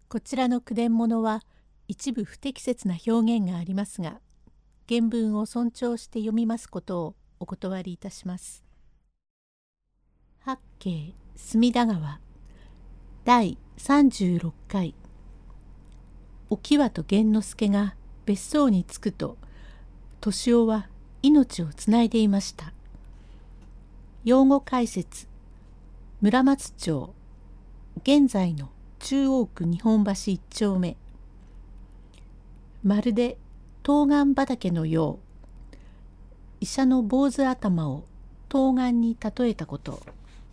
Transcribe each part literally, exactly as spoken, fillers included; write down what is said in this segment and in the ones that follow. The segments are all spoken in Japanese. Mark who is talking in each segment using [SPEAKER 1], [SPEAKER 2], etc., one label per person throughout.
[SPEAKER 1] こちらの句伝物は一部不適切な表現がありますが、原文を尊重して読みますことをお断りいたします。八景隅田川だいさんじゅうろっかい。お喜和と玄之介が別荘に着くと、敏夫は命をつないでいました。用語解説。村松町、現在の中央区日本橋一丁目。まるで冬瓜畑のよう。医者の坊主頭を冬瓜に例えたこと。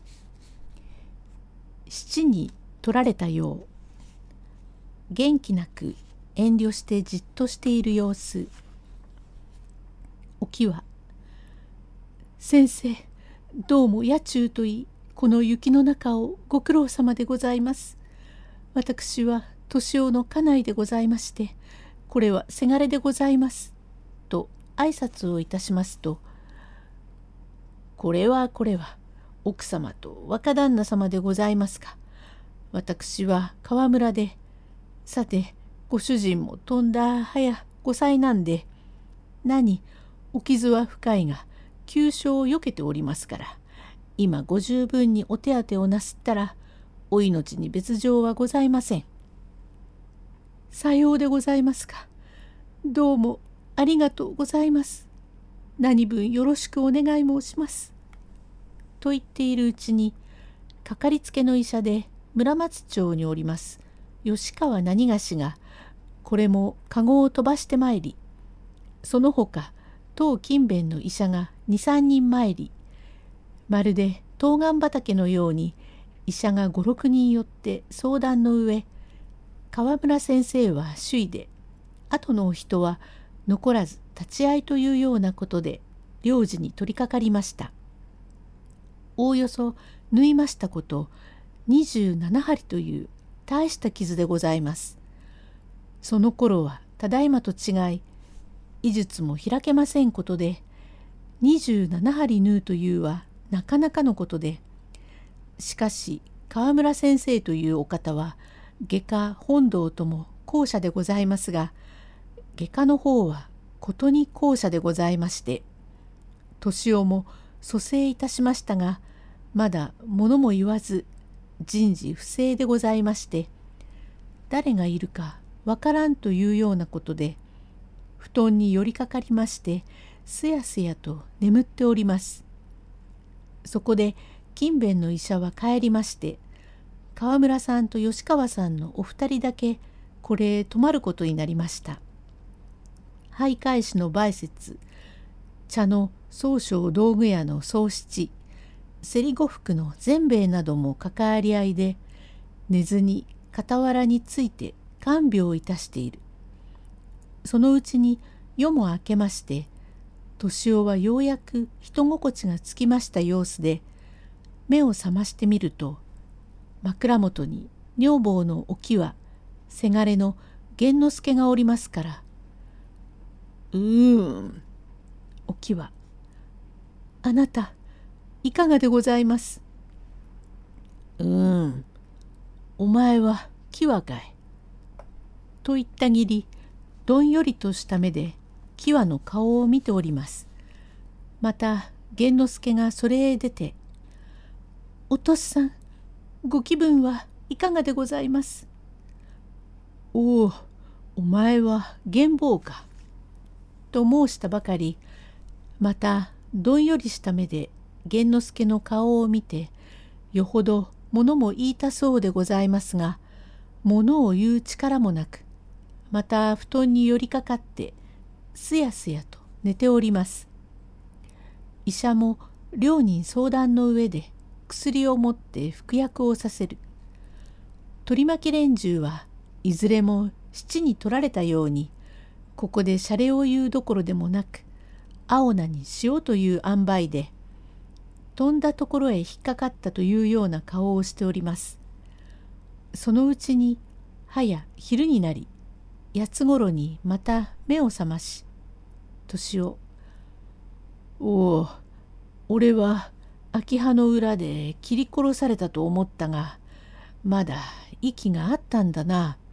[SPEAKER 1] 七に取られたよう。元気なく遠慮してじっとしている様子。お喜和。先生、どうも野中といい、この雪の中をご苦労様でございます。私は敏夫の家内でございまして、これはせがれでございます。と挨拶をいたしますと、これはこれは奥様と若旦那様でございますか。私は川村で、さてご主人もとんだ早ご災難で、何お傷は深いが急所をよけておりますから、今ご十分にお手当てをなすったらお命に別状はございません。さようでございますか。どうもありがとうございます。何分よろしくお願い申します。と言っているうちに、かかりつけの医者で村松町におります吉川何がしが、これも籠を飛ばしてまいり、その他当近辺の医者が二三人参り、まるで冬瓜畑のように医者が五六人寄って相談の上、川村先生は首位で、後のお人は残らず立ち会いというようなことで領事に取り掛かりました。おおよそ縫いましたこと二十七針という大した傷でございます。その頃はただいまと違い、医術も開けませんことで、二十七針縫うというはなかなかのことで、しかし川村先生というお方は外科本堂とも後者でございますが、外科の方はことに後者でございまして、敏夫も蘇生いたしましたが、まだ物も言わず人事不正でございまして、誰がいるかわからんというようなことで、布団に寄りかかりましてすやすやと眠っております。そこで近辺の医者は帰りまして、川村さんと吉川さんのお二人だけこれへ泊まることになりました。俳諧師の梅雪、茶の宗匠道具屋の宗七、競り呉服の善兵衛なども関わり合いで、寝ずに傍らについて看病いたしている。そのうちに夜も明けまして、敏夫はようやく人心地がつきました様子で、目を覚ましてみると、枕元に女房のお喜和、せがれの玄之介がおりますから。うーん。お喜和。あなた、いかがでございます。うーん。お前は喜和かい。と言ったぎり、どんよりとした目で喜和の顔を見ております。また玄之介がそれへ出て、おとっさん、ご気分はいかがでございます。おお、お前は玄坊か。と申したばかり、またどんよりした目で玄之介の顔を見て、よほど物も言いたそうでございますが、物を言う力もなく、また布団に寄りかかってすやすやと寝ております。医者も両人相談の上で薬を持って服薬をさせる。取り巻き連中はいずれも七に取られたように、ここでシャレを言うどころでもなく、青菜に塩という塩梅で、飛んだところへ引っかかったというような顔をしております。そのうちに早昼になり、八つごろにまた目を覚まし、敏夫、おお、俺は秋葉の裏で切り殺されたと思ったが、まだ息があったんだな。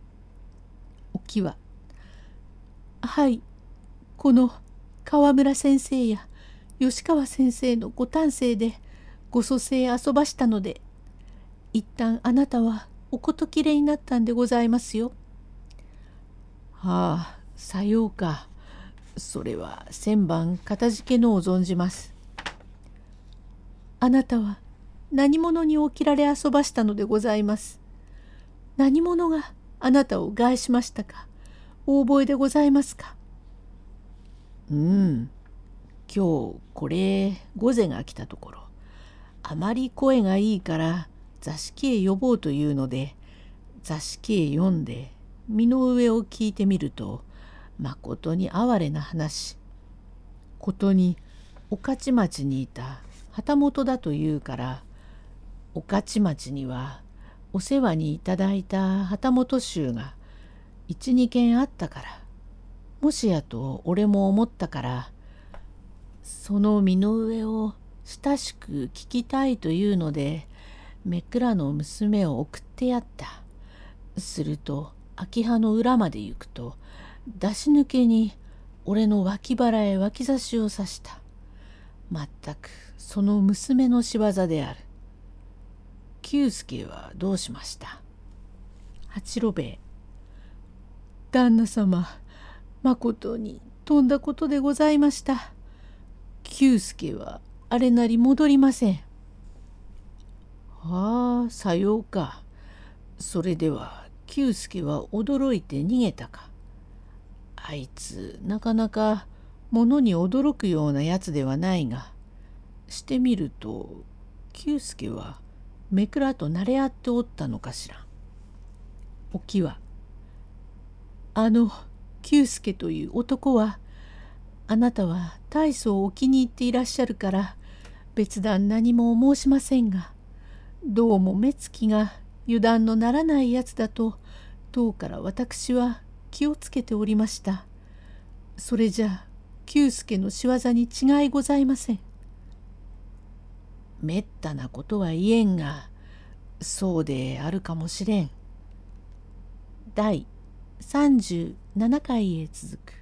[SPEAKER 1] きは、はい、この河村先生や吉川先生のご丹精でご蘇生遊ばしたので、一旦あなたはおこときれになったんでございますよ。はあ、さようか。それは千番かたじけのを存じます。あなたは何者に起きられ遊ばしたのでございます。何者があなたを害しましたか、お覚えでございますか。うん、今日これ御前が来たところ、あまり声がいいから座敷へ呼ぼうというので、座敷へ呼んで身の上を聞いてみると、まことに哀れな話。ことに御徒町にいた旗本だというから、御徒町にはお世話にいただいた旗本衆が一二軒あったから、もしやと俺も思ったから、その身の上を親しく聞きたいというので、めくらの娘を送ってやった。すると秋葉の裏まで行くと、出し抜けに俺の脇腹へ脇差しを刺した。まったくその娘の仕業である。久助はどうしました。八郎兵衛、旦那様、まことにとんだことでございました。久助はあれなり戻りません。ああ、さようか。それでは久助は驚いて逃げたか。あいつなかなか物に驚くようなやつではないが、してみると久助はめくらと慣れ合っておったのかしら。おきは、あの久助という男は、あなたは大層お気に入っていらっしゃるから別段何も申しませんが、どうも目つきが油断のならないやつだと当から私は気をつけておりました。それじゃ久助の仕業に違いございません。めったなことは言えんが、そうであるかもしれん。だいさんじゅうななかいへ続く。